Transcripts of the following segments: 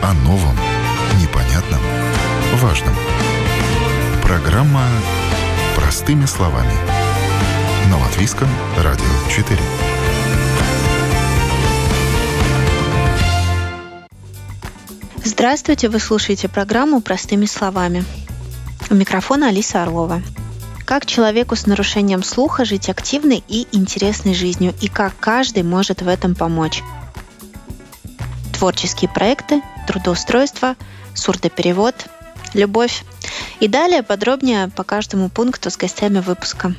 О новом, непонятном, важном. Программа «Простыми словами» на Латвийском радио 4. Здравствуйте, вы слушаете программу «Простыми словами». У микрофона Алиса Орлова. Как человеку с нарушением слуха жить активной и интересной жизнью, и как каждый может в этом помочь? Творческие проекты, трудоустройство, сурдоперевод, любовь. И далее подробнее по каждому пункту с гостями выпуска.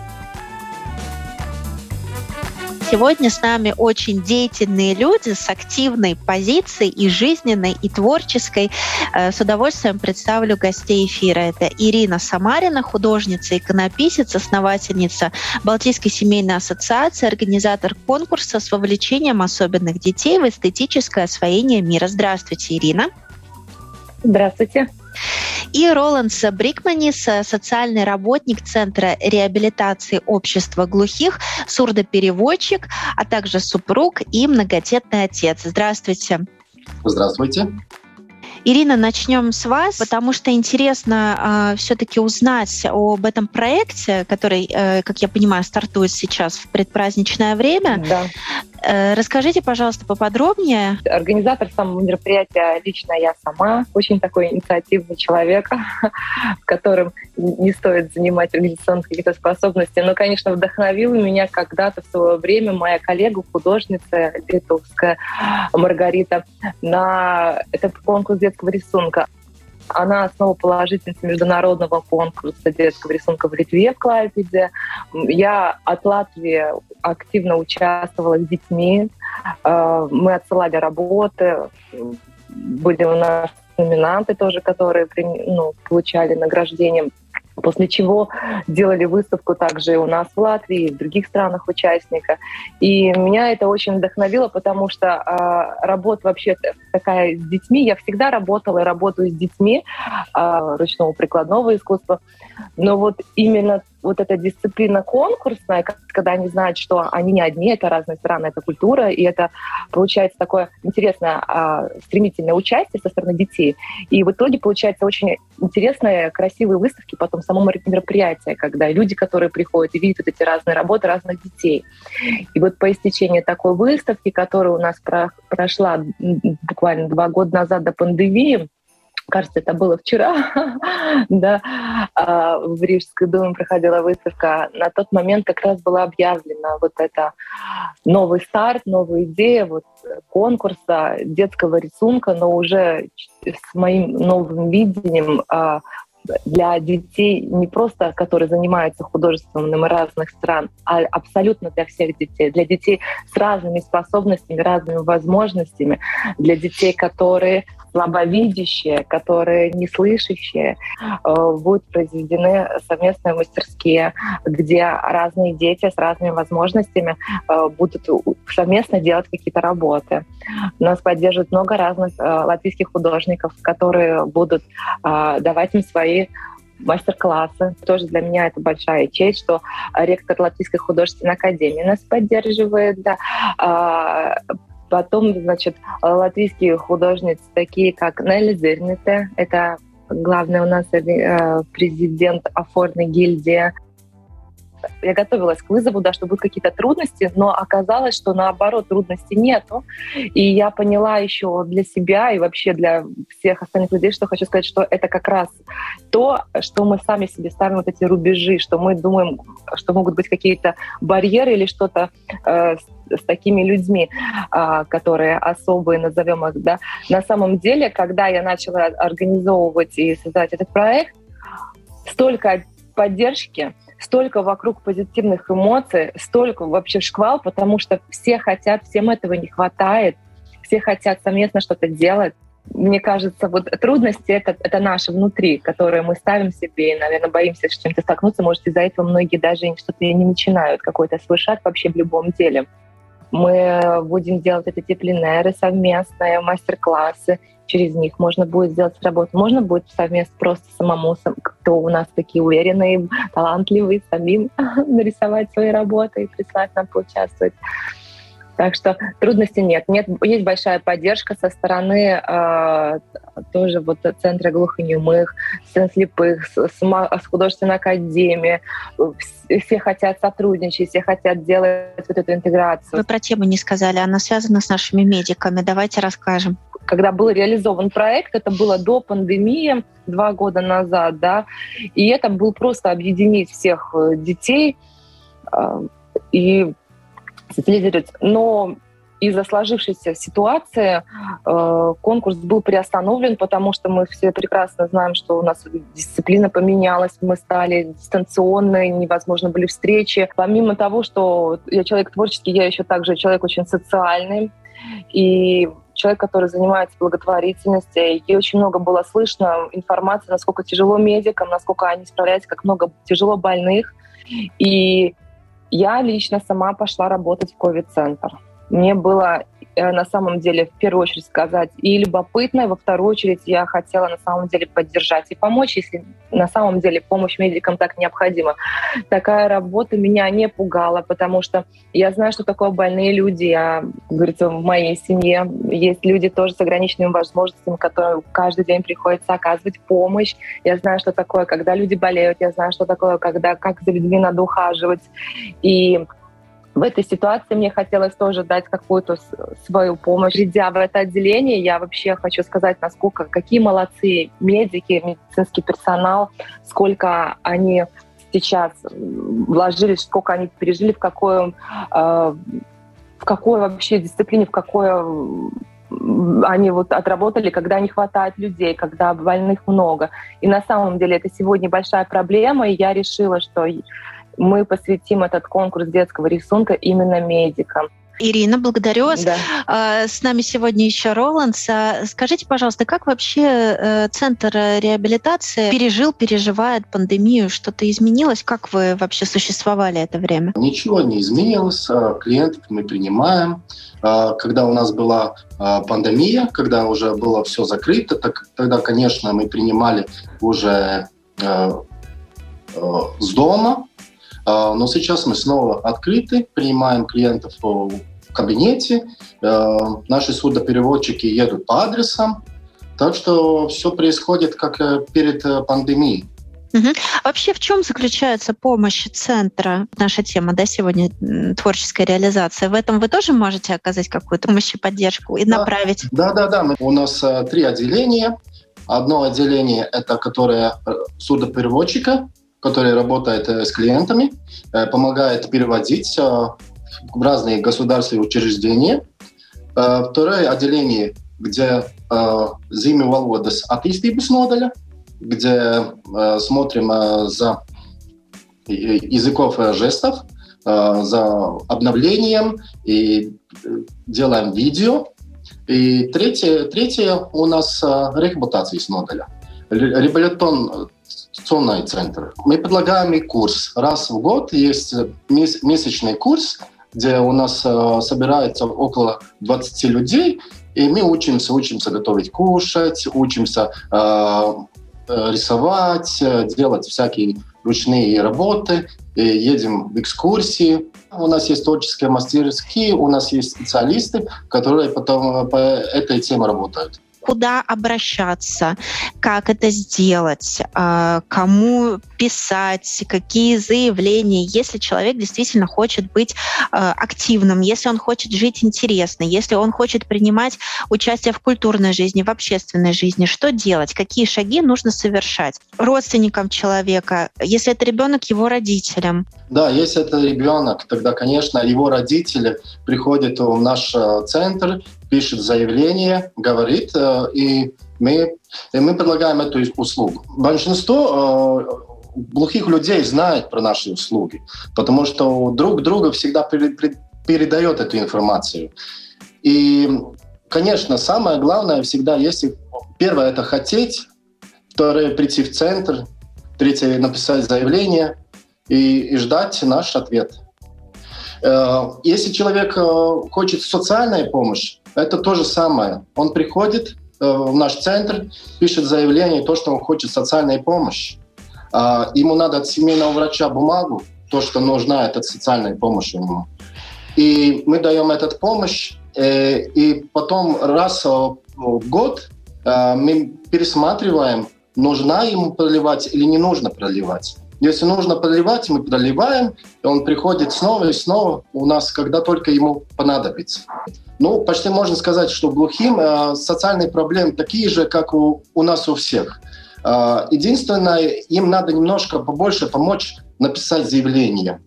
Сегодня с нами очень деятельные люди с активной позицией и жизненной, и творческой. С удовольствием представлю гостей эфира. Это Ирина Самарина, художница, иконописец, основательница Балтийской семейной ассоциации, организатор конкурса с вовлечением особенных детей в эстетическое освоение мира. Здравствуйте, Ирина. Здравствуйте. И Роланс Брикманис, социальный работник Центра реабилитации общества глухих, сурдопереводчик, а также супруг и многодетный отец. Здравствуйте. Здравствуйте. Ирина, начнем с вас, потому что интересно все-таки узнать об этом проекте, который, как я понимаю, стартует сейчас в предпраздничное время. Да. Расскажите, пожалуйста, поподробнее. Организатор самого мероприятия лично я сама. Очень такой инициативный человек, которым не стоит занимать организационные какие-то способности. Но, конечно, вдохновила меня когда-то в свое время моя коллега, художница литовская Маргарита, на этот конкурс детского рисунка. Она основоположительница международного конкурса детского рисунка в Литве, в Клайпеде. Я от Латвии активно участвовала с детьми. Мы отсылали работы. Были у нас номинанты тоже, которые получали награждение. После чего делали выставку также и у нас в Латвии, и в других странах участника. И меня это очень вдохновило, потому что работа вообще такая с детьми. Я всегда работала и работаю с детьми ручного прикладного искусства. Но вот именно вот эта дисциплина конкурсная, когда они знают, что они не одни, это разные страны, это культура, и это получается такое интересное, стремительное участие со стороны детей. И в итоге получается очень интересные, красивые выставки, потом само мероприятие, когда люди, которые приходят и видят вот эти разные работы разных детей. И вот по истечении такой выставки, которая у нас прошла буквально 2 года назад до пандемии, кажется, это было вчера, да, в Рижской думе проходила выставка. На тот момент как раз была объявлена вот эта новый старт, новая идея вот конкурса детского рисунка, но уже с моим новым видением для детей, не просто которые занимаются художеством из разных стран, а абсолютно для всех детей. Для детей с разными способностями, разными возможностями, для детей, которые слабовидящие, которые неслышащие. Будут произведены совместные мастерские, где разные дети с разными возможностями будут совместно делать какие-то работы. Нас поддерживает много разных латвийских художников, которые будут давать им свои мастер-классы. Тоже для меня это большая честь, что ректор Латвийской художественной академии нас поддерживает. Да. Потом, латвийские художницы, такие как Нелли Зерните, это главный у нас президент Афорной гильдии. Я готовилась к вызову, да, что будут какие-то трудности, но оказалось, что наоборот трудностей нету. И я поняла еще для себя и вообще для всех остальных людей, что хочу сказать, что это как раз то, что мы сами себе ставим вот эти рубежи, что мы думаем, что могут быть какие-то барьеры или что-то с такими людьми, которые особые, назовем их, да. На самом деле, когда я начала организовывать и создавать этот проект, столько поддержки, столько вокруг позитивных эмоций, столько вообще шквал, потому что все хотят, всем этого не хватает, все хотят совместно что-то делать. Мне кажется, вот трудности это наши внутри, которые мы ставим себе и, наверное, боимся с чем-то столкнуться. Может, из-за этого многие даже что-то не начинают, какой-то свой шаг вообще в любом деле. Мы будем делать эти пленеры совместные, мастер-классы. Через них можно будет сделать работу. Можно будет совместно просто самому, кто у нас такие уверенные, талантливые, самим нарисовать свои работы и прислать нам поучаствовать. Так что трудностей нет. Есть большая поддержка со стороны тоже вот Центра глухонемых, Сын слепых, с художественной академии. Все хотят сотрудничать, все хотят делать вот эту интеграцию. Вы про тему не сказали, она связана с нашими медиками. Давайте расскажем. Когда был реализован проект, это было до пандемии, 2 года назад, да, и это был просто объединить всех детей и социализировать. Но из-за сложившейся ситуации конкурс был приостановлен, потому что мы все прекрасно знаем, что у нас дисциплина поменялась, мы стали дистанционной, невозможно были встречи. Помимо того, что я человек творческий, я еще также человек очень социальный. И человек, который занимается благотворительностью, и очень много было слышно информации, насколько тяжело медикам, насколько они справляются, как много тяжело больных. И я лично сама пошла работать в ковид-центр. Мне было на самом деле в первую очередь сказать и любопытно, и во вторую очередь я хотела на самом деле поддержать и помочь, если на самом деле помощь медикам так необходима. Такая работа меня не пугала, потому что я знаю, что такое больные люди. Говорится, в моей семье есть люди тоже с ограниченными возможностями, которым каждый день приходится оказывать помощь. Я знаю, что такое, когда люди болеют, я знаю, что такое, как за людьми надо ухаживать. И в этой ситуации мне хотелось тоже дать какую-то свою помощь. Придя в это отделение, я вообще хочу сказать, какие молодцы медики, медицинский персонал, сколько они сейчас вложились, сколько они пережили, в какой вообще дисциплине, в какой они вот отработали, когда не хватает людей, когда больных много. И на самом деле это сегодня большая проблема, и я решила, что мы посвятим этот конкурс детского рисунка именно медикам. Ирина, благодарю вас. Да. С нами сегодня еще Роландс. Скажите, пожалуйста, как вообще Центр реабилитации переживает пандемию? Что-то изменилось? Как вы вообще существовали это время? Ничего не изменилось. Клиентов мы принимаем. Когда у нас была пандемия, когда уже было все закрыто, тогда, конечно, мы принимали уже с дома. Но сейчас мы снова открыты, принимаем клиентов в кабинете. Наши судопереводчики едут по адресам. Так что все происходит как перед пандемией. Угу. Вообще, в чем заключается помощь центра? Наша тема, да, сегодня творческая реализация. В этом вы тоже можете оказать какую-то помощь и поддержку и направить? Да. У нас 3 отделения. Одно отделение – это которое судопереводчика, который работает с клиентами, помогает переводить в разные государственные учреждения. Второе отделение, где зимний валодас attīstības nodaļa, где смотрим за языков жестов, за обновлением и делаем видео. И третье у нас рехабилитācijas nodaļa. Реабилитационный центр. Мы предлагаем и курс. Раз в год есть месячный курс, где у нас собирается около 20 людей, и мы учимся готовить кушать, учимся рисовать, делать всякие ручные работы, едем в экскурсии. У нас есть творческие мастерские, у нас есть специалисты, которые потом по этой теме работают. Куда обращаться, как это сделать, кому писать, какие заявления, если человек действительно хочет быть активным, если он хочет жить интересно, если он хочет принимать участие в культурной жизни, в общественной жизни, что делать, какие шаги нужно совершать родственникам человека, если это ребенок, его родителям. Да, если это ребенок, тогда, конечно, его родители приходят в наш центр, пишет заявление, говорит, и мы предлагаем эту услугу. Большинство глухих людей знают про наши услуги, потому что друг друга всегда передает эту информацию. И, конечно, самое главное всегда, если первое – это хотеть, второе – прийти в центр, третье – написать заявление и ждать наш ответ. Если человек хочет социальную помощь, это то же самое. Он приходит в наш центр, пишет заявление, то, что он хочет социальной помощи. Ему надо от семейного врача бумагу, то, что нужна эта социальная помощь ему. И мы даем эту помощь, и потом раз в год мы пересматриваем, нужно ему проливать или не нужно проливать. Если нужно проливать, мы проливаем, и он приходит снова и снова у нас, когда только ему понадобится. Ну, почти можно сказать, что глухим социальные проблемы такие же, как у нас у всех. Единственное, им надо немножко побольше помочь написать заявление.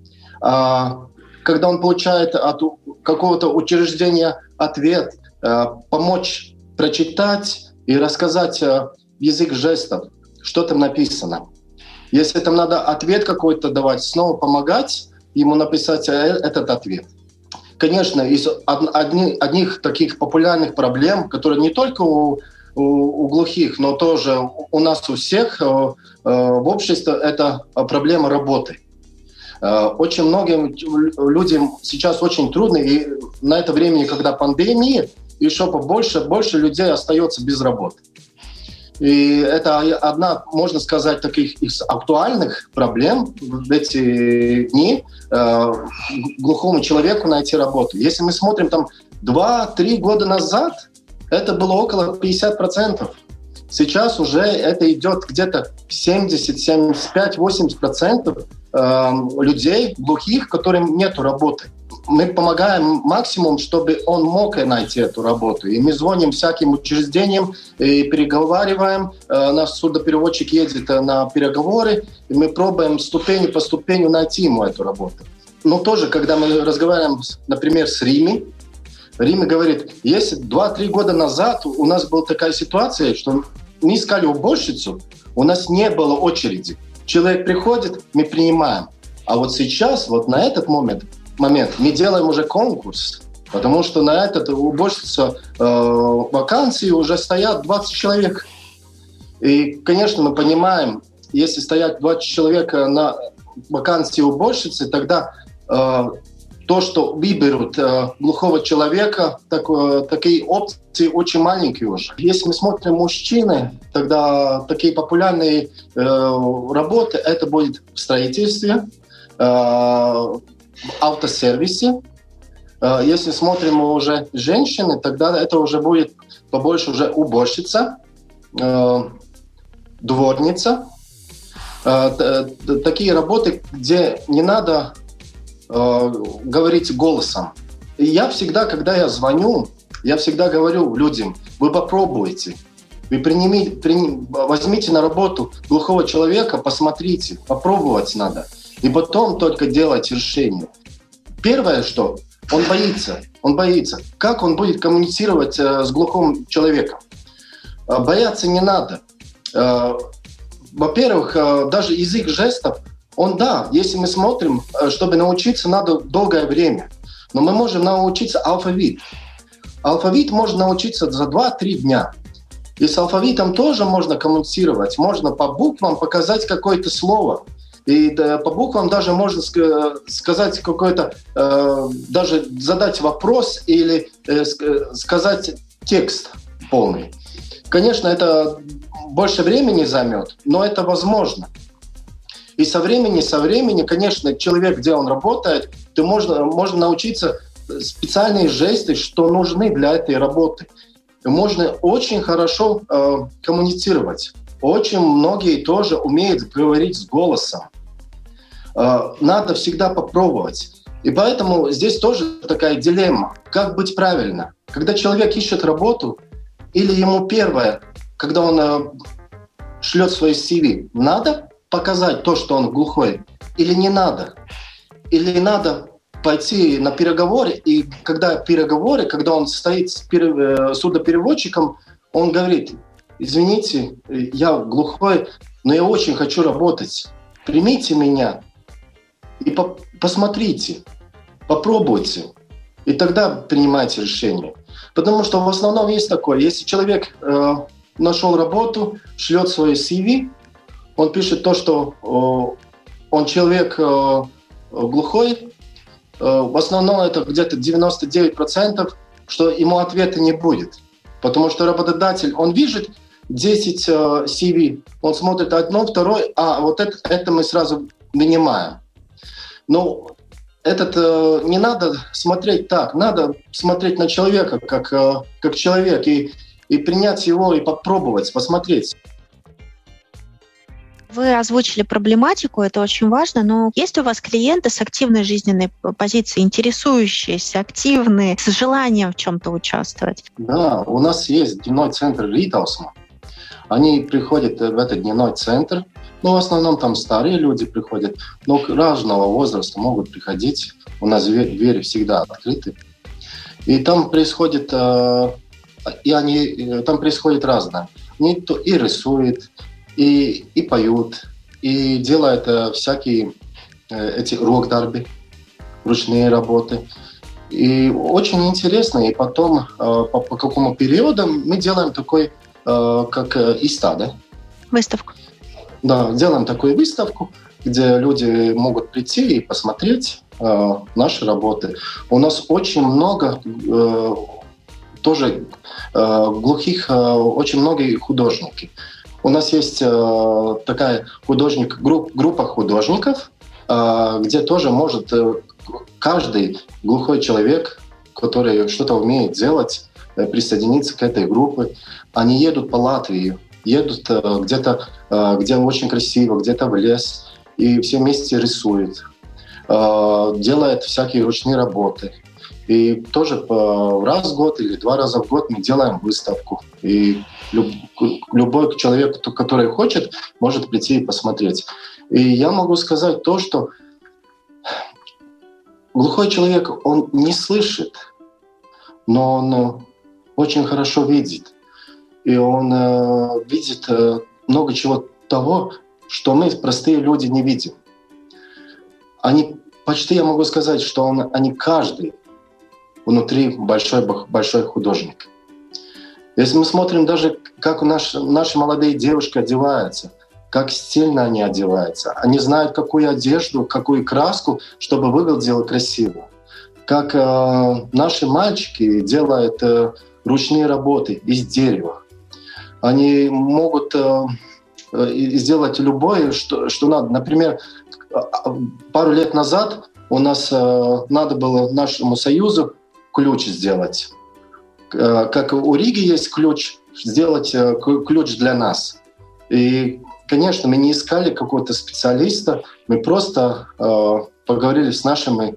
Когда он получает от какого-то учреждения ответ, помочь прочитать и рассказать язык жестов, что там написано. Если там надо ответ какой-то давать, снова помогать ему написать этот ответ. Конечно, из одних таких популярных проблем, которые не только у глухих, но тоже у нас у всех в обществе, это проблема работы. Очень многим людям сейчас очень трудно, и на это время, когда пандемия, еще больше людей остается без работы. И это одна, можно сказать, таких из актуальных проблем в эти дни глухому человеку найти работу. Если мы смотрим там 2-3 года назад, это было около 50%. Сейчас уже это идет где-то 70, 75, 80% людей глухих, которым нет работы. Мы помогаем максимум, чтобы он мог найти эту работу. И мы звоним всяким учреждениям и переговариваем. Наш сурдопереводчик едет на переговоры, и мы пробуем ступень по ступени найти ему эту работу. Но тоже, когда мы разговариваем, например, с Риме говорит, если 2-3 года назад у нас была такая ситуация, что мы искали уборщицу, у нас не было очереди. Человек приходит, мы принимаем. А вот сейчас, вот на этот момент мы делаем уже конкурс, потому что на этот уборщицу вакансии уже стоят 20 человек. И, конечно, мы понимаем, если стоят 20 человек на вакансии уборщицы, тогда то, что выберут глухого человека, такие опции очень маленькие уже. Если мы смотрим мужчины, тогда такие популярные работы, это будет в строительстве, в автосервисе. Если смотрим уже женщины, тогда это уже будет побольше уже уборщица, дворница. Такие работы, где не надо говорить голосом. И я всегда, когда я звоню, я всегда говорю людям, вы попробуйте, вы возьмите на работу глухого человека, посмотрите, попробовать надо. И потом только делать решение. Первое, что он боится. Как он будет коммуницировать с глухим человеком? Бояться не надо. Во-первых, даже язык жестов, если мы смотрим, чтобы научиться, надо долгое время. Но мы можем научиться алфавит. Алфавит можно научиться за 2-3 дня. И с алфавитом тоже можно коммуницировать. Можно по буквам показать какое-то слово. И по буквам даже можно сказать какой-то, даже задать вопрос или сказать текст полный. Конечно, это больше времени займет, но это возможно. И со временем, конечно, человек, где он работает, можно научиться специальные жесты, что нужны для этой работы. И можно очень хорошо коммуницировать. Очень многие тоже умеют говорить с голосом. Надо всегда попробовать. И поэтому здесь тоже такая дилемма. Как быть правильно? Когда человек ищет работу, или ему первое, когда он шлет свой CV, надо показать то, что он глухой, или не надо? Или надо пойти на переговоры, и когда он стоит с сурдопереводчиком, он говорит, извините, я глухой, но я очень хочу работать. Примите меня и посмотрите, попробуйте. И тогда принимайте решение. Потому что в основном есть такое. Если человек нашел работу, шлет свой CV, он пишет то, что он человек глухой, в основном это где-то 99%, что ему ответа не будет. Потому что работодатель, он видит 10 CV, он смотрит одно, второе, вот это мы сразу вынимаем. Но не надо смотреть так, надо смотреть на человека как человек и принять его, и попробовать, посмотреть. Вы озвучили проблематику, это очень важно, но есть у вас клиенты с активной жизненной позицией, интересующиеся, активные, с желанием в чем-то участвовать? Да, у нас есть дневной центр Ритаусма. Они приходят в этот дневной центр, в основном там старые люди приходят, но разного возраста могут приходить. У нас двери всегда открыты. И там происходит, там происходит разное. Они и рисуют, и поют, и делают всякие эти рок-дарби, ручные работы. И очень интересно. И потом по какому периоду мы делаем такой, как ИСТА, да? Выставку. Да, делаем такую выставку, где люди могут прийти и посмотреть наши работы. У нас очень много тоже глухих, очень многие художники. У нас есть такая группа художников, где тоже может каждый глухой человек, который что-то умеет делать, присоединиться к этой группе. Они едут по Латвии, едут где-то, где очень красиво, где-то в лес, и все вместе рисуют, делают всякие ручные работы. И тоже раз в год или 2 раза в год мы делаем выставку. И любой человек, который хочет, может прийти и посмотреть. И я могу сказать то, что глухой человек, он не слышит, но он очень хорошо видит. И он видит много чего того, что мы, простые люди, не видим. Они почти, я могу сказать, что они каждый внутри большой художник. Если мы смотрим даже, как наши молодые девушки одеваются, как стильно они одеваются, они знают, какую одежду, какую краску, чтобы выглядело красиво. Как наши мальчики делают ручные работы из дерева. Они могут сделать любое, что надо. Например, пару лет назад у нас надо было нашему союзу ключ сделать. Как у Риги есть ключ, сделать ключ для нас. И, конечно, мы не искали какого-то специалиста, мы просто поговорили с нашими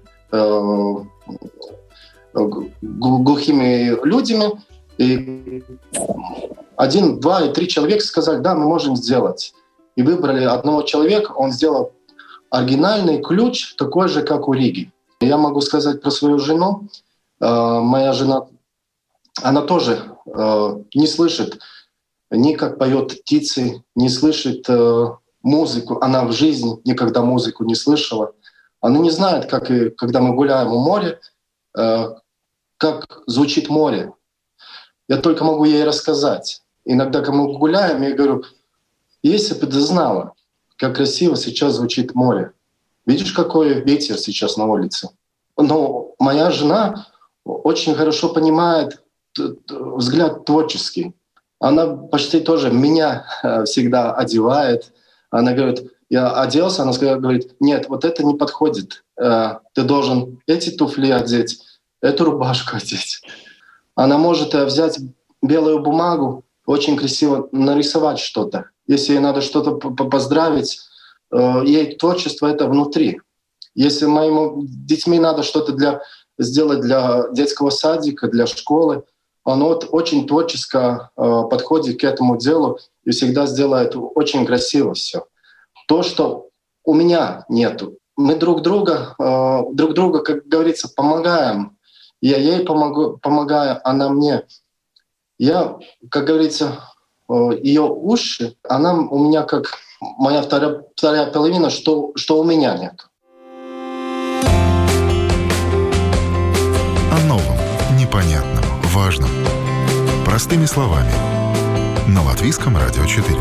глухими людьми, и 1, 2 и 3 человека сказали, да, мы можем сделать. И выбрали одного человека, он сделал оригинальный ключ, такой же, как у Риги. Я могу сказать про свою жену. Моя жена, она тоже не слышит ни как поет птицы, не слышит музыку. Она в жизни никогда музыку не слышала. Она не знает, как, когда мы гуляем у моря, как звучит море. Я только могу ей рассказать. Иногда, когда мы гуляем, я говорю, если бы ты знала, как красиво сейчас звучит море. Видишь, какой ветер сейчас на улице? Но моя жена очень хорошо понимает взгляд творческий. Она почти тоже меня всегда одевает. Она говорит, я оделся, она говорит, нет, вот это не подходит. Ты должен эти туфли одеть, эту рубашку одеть. Она может взять белую бумагу, очень красиво нарисовать что-то. Если ей надо что-то поздравить, ей творчество это внутри. Если моему детьми надо что-то сделать для детского садика, для школы, оно очень творческо подходит к этому делу и всегда сделает очень красиво все. То, что у меня нету. Мы друг друга, как говорится, помогаем. Я ей помогаю, она мне. Я, как говорится, ее уши, она у меня как моя вторая половина, что у меня нет. О новом, непонятном, важном. Простыми словами. На Латвийском радио 4.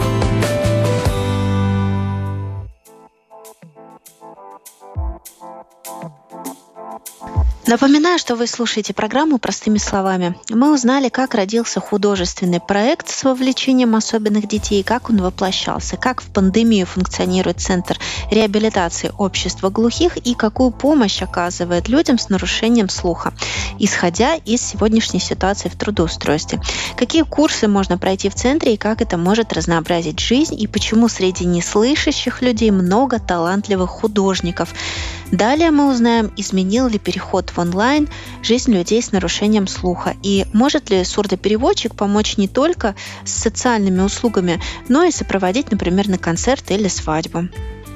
Напоминаю, что вы слушаете программу «Простыми словами». Мы узнали, как родился художественный проект с вовлечением особенных детей, как он воплощался, как в пандемию функционирует Центр реабилитации общества глухих и какую помощь оказывает людям с нарушением слуха, исходя из сегодняшней ситуации в трудоустройстве. Какие курсы можно пройти в Центре и как это может разнообразить жизнь, и почему среди неслышащих людей много талантливых художников. Далее мы узнаем, изменил ли переход в онлайн жизнь людей с нарушением слуха, и может ли сурдопереводчик помочь не только с социальными услугами, но и сопроводить, например, на концерт или свадьбу.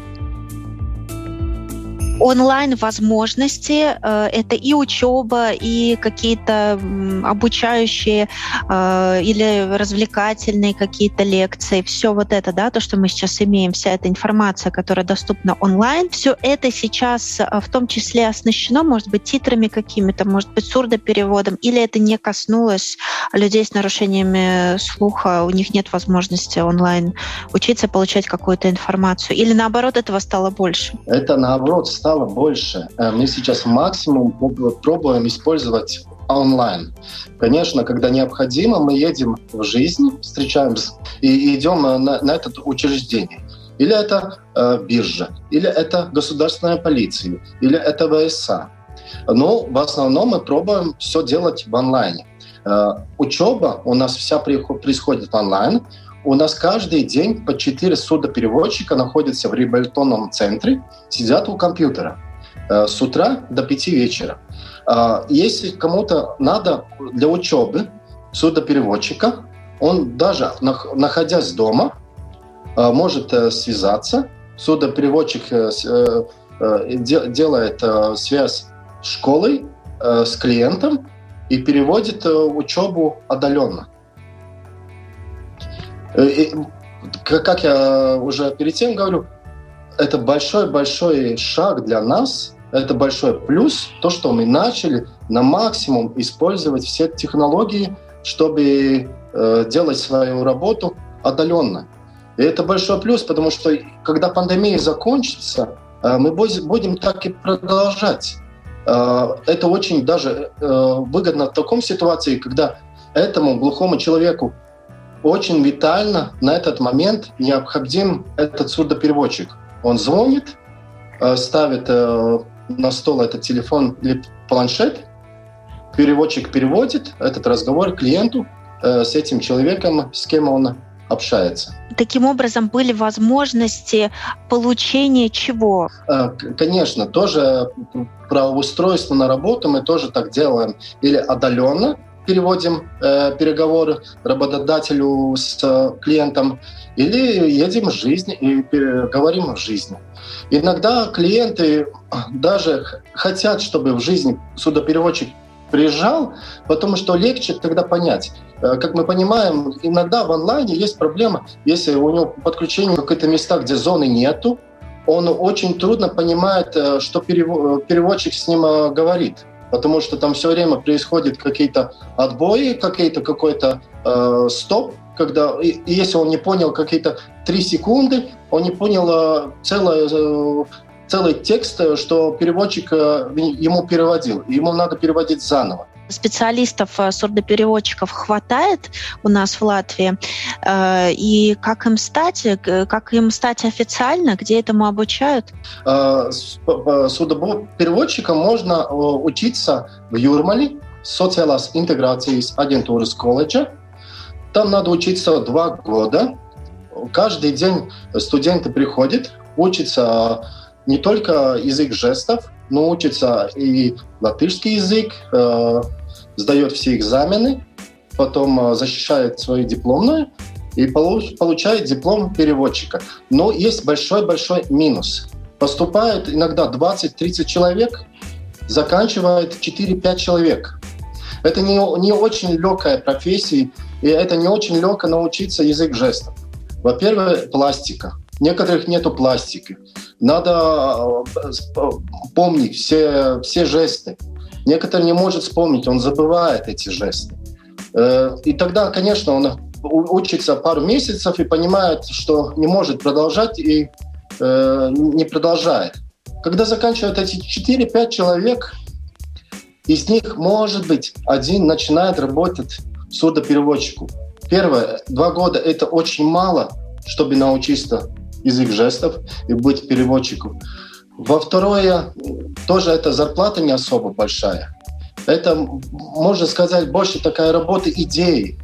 Онлайн-возможности – это и учеба, и какие-то обучающие или развлекательные какие-то лекции. Все вот это, да, то, что мы сейчас имеем, вся эта информация, которая доступна онлайн, все это сейчас в том числе оснащено, может быть, титрами какими-то, может быть, сурдопереводом, или это не коснулось людей с нарушениями слуха, у них нет возможности онлайн учиться, получать какую-то информацию, или наоборот, этого стало больше? Это наоборот стало больше. Мы сейчас максимум пробуем использовать онлайн. Конечно, когда необходимо, мы едем в жизнь, встречаемся и идем на это учреждение. Или это биржа, или это государственная полиция, или это ВСА. Но в основном мы пробуем все делать в онлайне. Учеба у нас вся происходит онлайн. У нас каждый день по 4 сурдопереводчика находятся в реабилитационном центре, сидят у компьютера с утра до 5 вечера. Если кому-то надо для учебы сурдопереводчика, он даже находясь дома может связаться. Сурдопереводчик делает связь с школой, с клиентом и переводит учебу удаленно. И, как я уже перед тем говорю, это большой-большой шаг для нас, это большой плюс, то, что мы начали на максимум использовать все технологии, чтобы делать свою работу удаленно. И это большой плюс, потому что когда пандемия закончится, мы будем так и продолжать. Это очень даже выгодно в такой ситуации, когда этому глухому человеку очень витально на этот момент необходим этот сурдопереводчик. Он звонит, ставит на стол этот телефон или планшет, переводчик переводит этот разговор клиенту с этим человеком, с кем он общается. Таким образом, были возможности получения чего? Конечно, тоже про устройство на работу мы тоже так делаем. Или удаленно переводим переговоры работодателю с клиентом, или едем в жизнь и говорим в жизни. Иногда клиенты даже хотят, чтобы в жизни сурдопереводчик приезжал, потому что легче тогда понять. Как мы понимаем, иногда в онлайне есть проблема, если у него подключение в какие-то места, где зоны нету, он очень трудно понимает, что переводчик с ним говорит. Потому что там все время происходят какие-то отбои, какой-то стоп, когда, и если он не понял какие-то 3 секунды, он не понял целый текст, что переводчик ему переводил. Ему надо переводить заново. Специалистов, сурдопереводчиков хватает у нас в Латвии. И как им стать официально, где этому обучают? Сурдопереводчикам можно учиться в Юрмале, социālās integrācijas aģentūras колледжа. Там надо учиться 2 года. Каждый день студенты приходят, учатся не только язык жестов, но учатся и латышский язык, сдает все экзамены, потом защищает свою дипломную и получает диплом переводчика. Но есть большой-большой минус. Поступает иногда 20-30 человек, заканчивает 4-5 человек. Это не очень легкая профессия, и это не очень легко научиться язык жестов. Во-первых, пластика. Некоторых нету пластики. Надо помнить все жесты. Некоторые не может вспомнить, он забывает эти жесты. И тогда, конечно, он учится пару месяцев и понимает, что не может продолжать и не продолжает. Когда заканчивают эти 4-5 человек, Из них, может быть, один начинает работать сурдопереводчиком. Первое, 2 года – это очень мало, чтобы научиться язык жестов и быть переводчиком. Во второе, тоже эта зарплата не особо большая. Это, можно сказать, больше такая работа идеи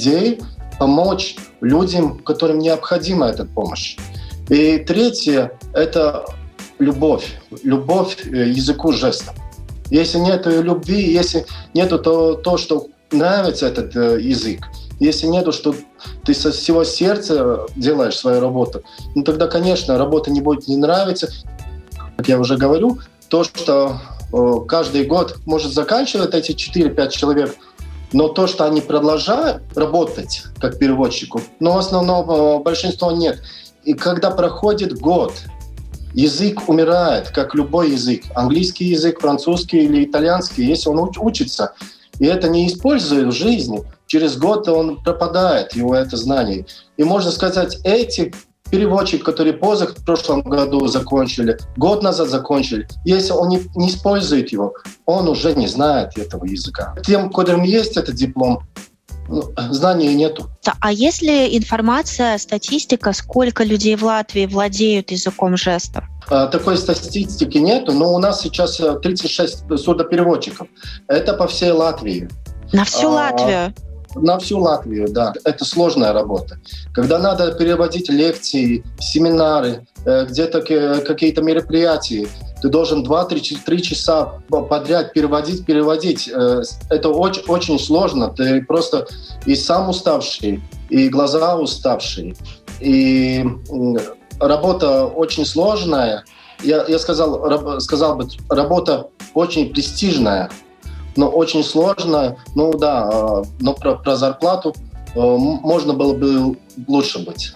помочь людям, которым необходима эта помощь. И третье – это любовь к языку жестов. Если нет любви, если нет то, что нравится этот язык, если нет, что ты со всего сердца делаешь свою работу, тогда, конечно, работа не будет не нравиться. Как я уже говорю, то, что каждый год может заканчивать эти 4-5 человек, но то, что они продолжают работать как переводчику, но в основном большинство нет. И когда проходит год, язык умирает, как любой язык. Английский язык, французский или итальянский, если он учится, и это не использует в жизни, через год он пропадает, его это знание. И можно сказать, эти переводчики, которые в прошлом году закончили, год назад закончили, если он не использует его, он уже не знает этого языка. Тем, которым есть этот диплом, знаний нету. А есть ли информация, статистика, сколько людей в Латвии владеют языком жестов? Такой статистики нету, но у нас сейчас 36 сурдопереводчиков. Это по всей Латвии. На всю Латвию? На всю Латвию, да. Это сложная работа. Когда надо переводить лекции, семинары, где-то какие-то мероприятия, ты должен 2-3 часа подряд переводить. Это очень, очень сложно. Ты просто и сам уставший, и глаза уставшие. И работа очень сложная. Я сказал бы, работа очень престижная, но очень сложная. Ну да, но про зарплату можно было бы лучше быть.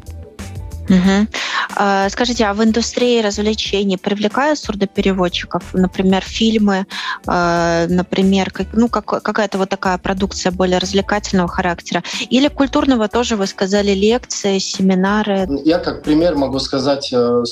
Угу. Скажите, а в индустрии развлечений привлекают сурдопереводчиков? Например, фильмы, например, какая-то вот такая продукция более развлекательного характера? Или культурного тоже, вы сказали, лекции, семинары? Я как пример могу сказать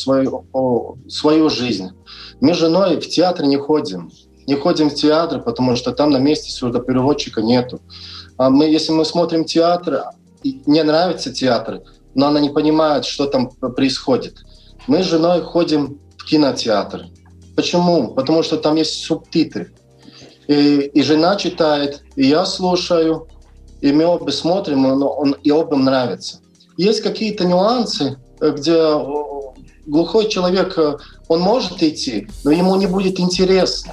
свою жизнь. Мы с женой в театр не ходим. Не ходим в театр, потому что там на месте сурдопереводчика нету. Если мы смотрим театр, не нравится театр, но она не понимает, что там происходит. Мы с женой ходим в кинотеатр. Почему? Потому что там есть субтитры. И жена читает, и я слушаю, и мы оба смотрим, и оба нравится. Есть какие-то нюансы, где глухой человек, он может идти, но ему не будет интересно.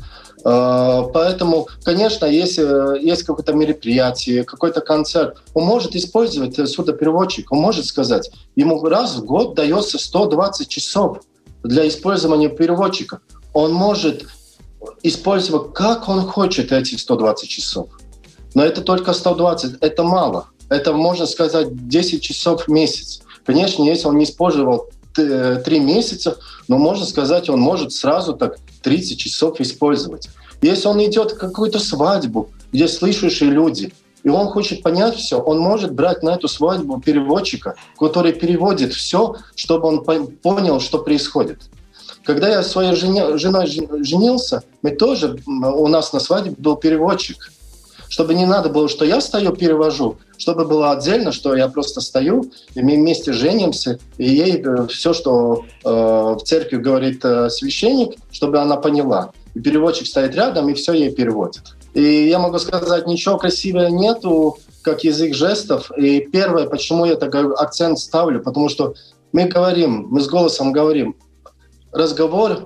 Поэтому, конечно, если есть какое-то мероприятие, какой-то концерт, он может использовать сурдопереводчик, он может сказать, ему раз в год дается 120 часов для использования переводчика. Он может использовать, как он хочет, эти 120 часов. Но это только 120, это мало. Это, можно сказать, 10 часов в месяц. Конечно, если он не использовал 3 месяца, но можно сказать, он может сразу так 30 часов использовать. Если он идет в какую-то свадьбу, где слышащие люди, и он хочет понять все, он может брать на эту свадьбу переводчика, который переводит все, чтобы он понял, что происходит. Когда я с своей женой женился, у нас на свадьбе был переводчик. Чтобы не надо было, что я стою, перевожу, чтобы было отдельно, что я просто стою, и мы вместе женимся, и ей все, что в церкви говорит священник, чтобы она поняла. И переводчик стоит рядом, и все ей переводит. И я могу сказать, ничего красивого нету, как язык жестов. И первое, почему я такой акцент ставлю, потому что мы с голосом говорим, разговору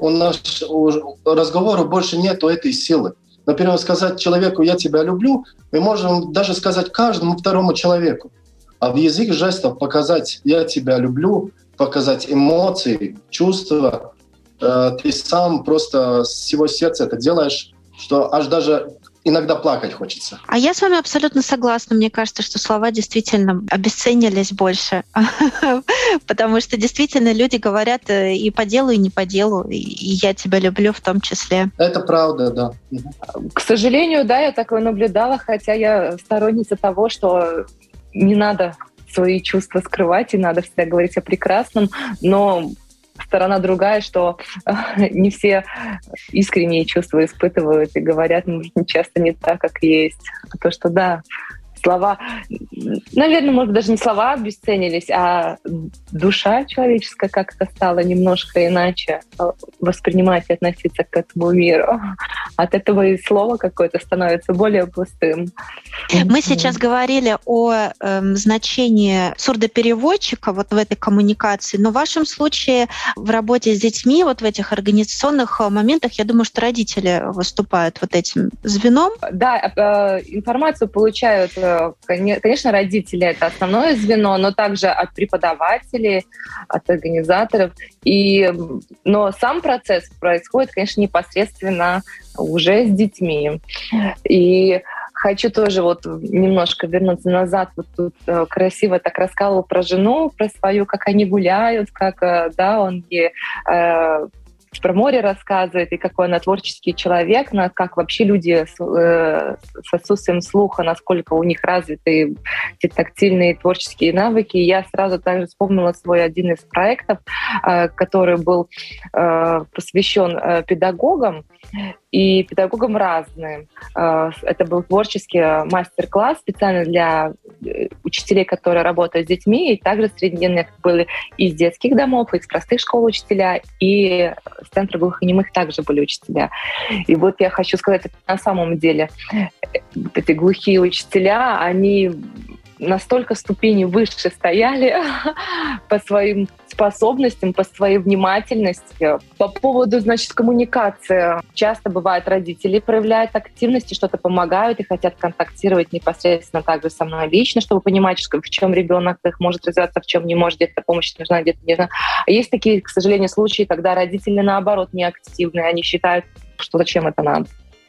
больше нету этой силы. Например, сказать человеку «я тебя люблю», мы можем даже сказать каждому второму человеку. А в язык жестов показать «я тебя люблю», показать эмоции, чувства, ты сам просто с всего сердца это делаешь, что аж даже иногда плакать хочется. А я с вами абсолютно согласна. Мне кажется, что слова действительно обесценились больше. Потому что действительно люди говорят и по делу, и не по делу. И я тебя люблю в том числе. Это правда, да. К сожалению, да, я такое наблюдала, хотя я сторонница того, что не надо свои чувства скрывать, и надо всегда говорить о прекрасном. Но сторона другая, что не все искренние чувства испытывают и говорят, может, часто не так, как есть. А то, что да, слова, наверное, может, даже не слова обесценились, а душа человеческая как-то стала немножко иначе воспринимать и относиться к этому миру. От этого и слово какое-то становится более пустым. Мы сейчас говорили о значении сурдопереводчика вот в этой коммуникации, но в вашем случае в работе с детьми, вот в этих организационных моментах, я думаю, что родители выступают вот этим звеном. Да, информацию получают, конечно, родители — это основное звено, но также от преподавателей, от организаторов. Но сам процесс происходит, конечно, непосредственно уже с детьми. И хочу тоже вот немножко вернуться назад. Вот тут красиво так рассказывал про жену, про свою, как они гуляют, как, да, он ей про море рассказывает, и какой она творческий человек, как вообще люди с отсутствием слуха, насколько у них развиты эти тактильные творческие навыки. И я сразу также вспомнила свой один из проектов, который был посвящен педагогам, и педагогам разным. Это был творческий мастер-класс специально для учителей, которые работают с детьми, и также среди них были из детских домов, из простых школ учителя, и с центра глухонемых также были учителя. И вот я хочу сказать, на самом деле эти глухие учителя, они настолько ступени выше стояли по своим способностям, по своей внимательности. По поводу, значит, коммуникации. Часто бывает, родители проявляют активность и что-то помогают и хотят контактировать непосредственно также со мной лично, чтобы понимать, в чем ребенок их может развиваться, в чем не может, где-то помощь нужна, где-то не нужна. А есть такие, к сожалению, случаи, когда родители, наоборот, неактивны, они считают, что зачем это надо.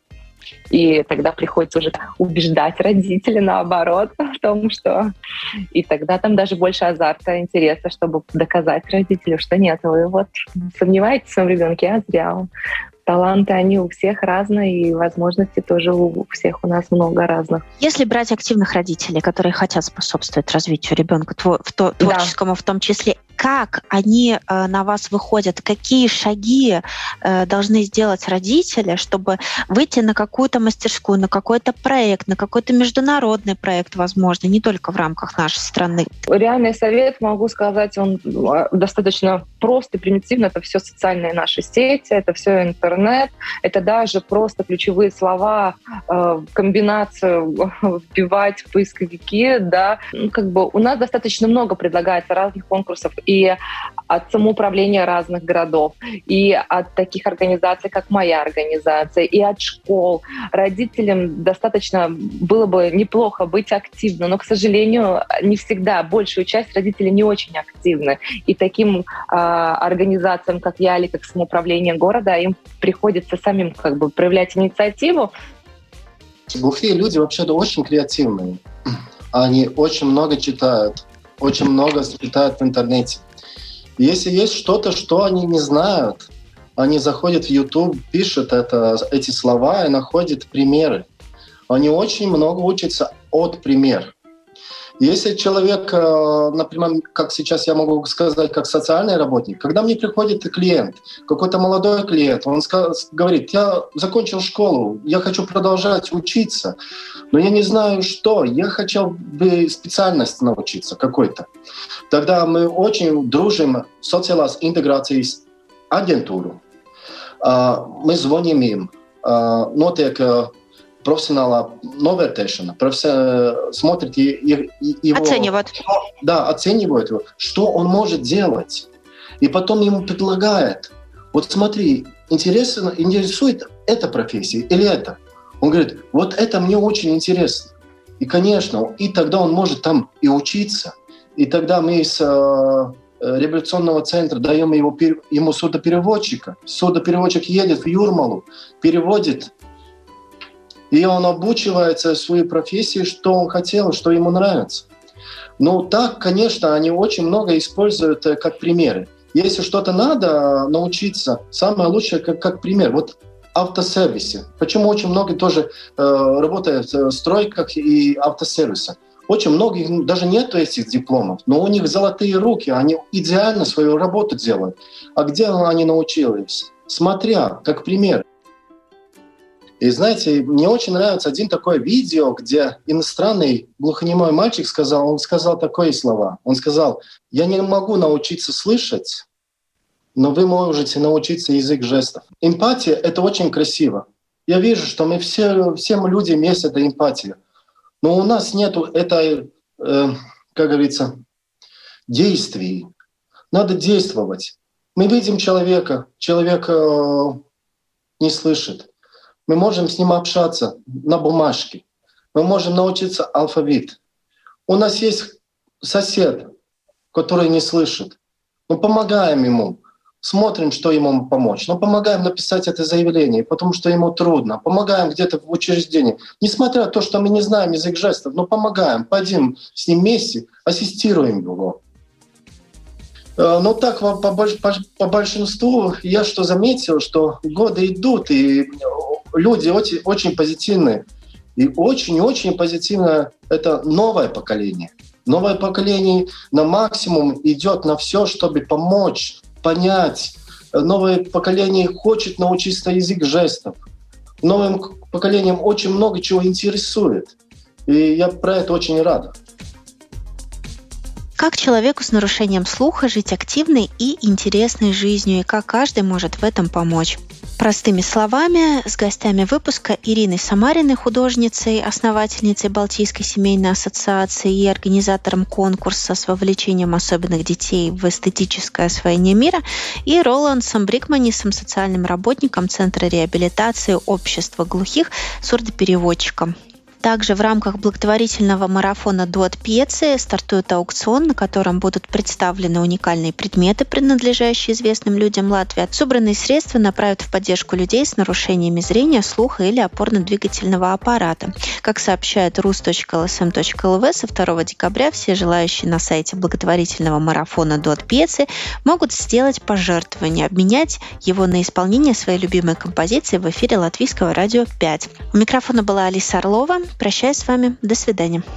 И тогда приходится уже убеждать родителей, наоборот, в том, что... И тогда там даже больше азарта, интереса, чтобы доказать родителю, что нет, вы вот сомневаетесь в своем ребенке, а зря. Таланты, они у всех разные, и возможности тоже у всех у нас много разных. Если брать активных родителей, которые хотят способствовать развитию ребенка, творческому в том числе, как они на вас выходят, какие шаги должны сделать родители, чтобы выйти на какую-то мастерскую, на какой-то проект, на какой-то международный проект, возможно, не только в рамках нашей страны? Реальный совет, могу сказать, он достаточно прост и примитивно. Это все социальные наши сети, это все интернет, это даже просто ключевые слова, комбинацию вбивать в поисковики, да. У нас достаточно много предлагается разных конкурсов и от самоуправления разных городов, и от таких организаций, как моя организация, и от школ. Родителям достаточно было бы неплохо быть активным, но, к сожалению, не всегда. Большую часть родителей не очень активны. И таким организациям, как я, или как самоуправление города, им приходится самим проявлять инициативу. Глухие люди вообще-то очень креативные. Они очень много читают, очень много читают в интернете. Если есть что-то, что они не знают, они заходят в YouTube, пишут эти слова и находят примеры. Они очень много учатся от примера. Если человек, например, как сейчас я могу сказать, как социальный работник, когда мне приходит клиент, какой-то молодой клиент, он говорит: я закончил школу, я хочу продолжать учиться, но я не знаю что, я хотел бы специальность научиться какой-то. Тогда мы очень дружим с социālās интегрācijas агентūru. Мы звоним им, notiek профессионала новērtēšana, смотрит его... Оценивают. Да, оценивают его, что он может делать. И потом ему предлагает: вот смотри, интересует эта профессия или это? Он говорит: вот это мне очень интересно. И, конечно, и тогда он может там и учиться. И тогда мы с революционного центра даем ему сурдопереводчика. Сурдопереводчик едет в Юрмалу, переводит, и он обучивается в своей профессии, что он хотел, что ему нравится. Ну так, конечно, они очень много используют как примеры. Если что-то надо научиться, самое лучшее как пример. Вот автосервисы. Почему очень много тоже работают в стройках и автосервисах? Очень многих даже нет этих дипломов, но у них золотые руки, они идеально свою работу делают. А где они научились? Смотря, как пример. И знаете, мне очень нравится один такое видео, где иностранный глухонемой мальчик сказал такие слова. Он сказал: «Я не могу научиться слышать, но вы можете научиться язык жестов». Эмпатия — это очень красиво. Я вижу, что мы все мы люди есть эта эмпатия. Но у нас нету этой, как говорится, действий. Надо действовать. Мы видим человека, человек не слышит. Мы можем с ним общаться на бумажке. Мы можем научиться алфавит. У нас есть сосед, который не слышит. Мы помогаем ему. Смотрим, что ему помочь. Но помогаем написать это заявление, потому что ему трудно. Помогаем где-то в учреждении. Несмотря на то, что мы не знаем язык жестов, но помогаем. Пойдем с ним вместе, ассистируем его. Но так по большинству я что заметил, что годы идут, и люди очень позитивные. И очень-очень позитивно это новое поколение. Новое поколение на максимум идет на все, чтобы помочь, понять. Новое поколение хочет научиться язык жестов. Новым поколением очень много чего интересует. И я про это очень рад. Как человеку с нарушением слуха жить активной и интересной жизнью, и как каждый может в этом помочь? Простыми словами, с гостями выпуска Ириной Самариной, художницей, основательницей Балтийской семейной ассоциации и организатором конкурса с вовлечением особенных детей в эстетическое освоение мира, и Роландсом Брикманисом, социальным работником Центра реабилитации общества глухих, сурдопереводчиком. Также в рамках благотворительного марафона «Дуот Пьецы» стартует аукцион, на котором будут представлены уникальные предметы, принадлежащие известным людям Латвии. Собранные средства направят в поддержку людей с нарушениями зрения, слуха или опорно-двигательного аппарата. Как сообщает rus.lsm.lv, со 2 декабря все желающие на сайте благотворительного марафона «Дуот Пьецы» могут сделать пожертвование, обменять его на исполнение своей любимой композиции в эфире Латвийского радио 5. У микрофона была Алиса Орлова. Прощаюсь с вами. До свидания.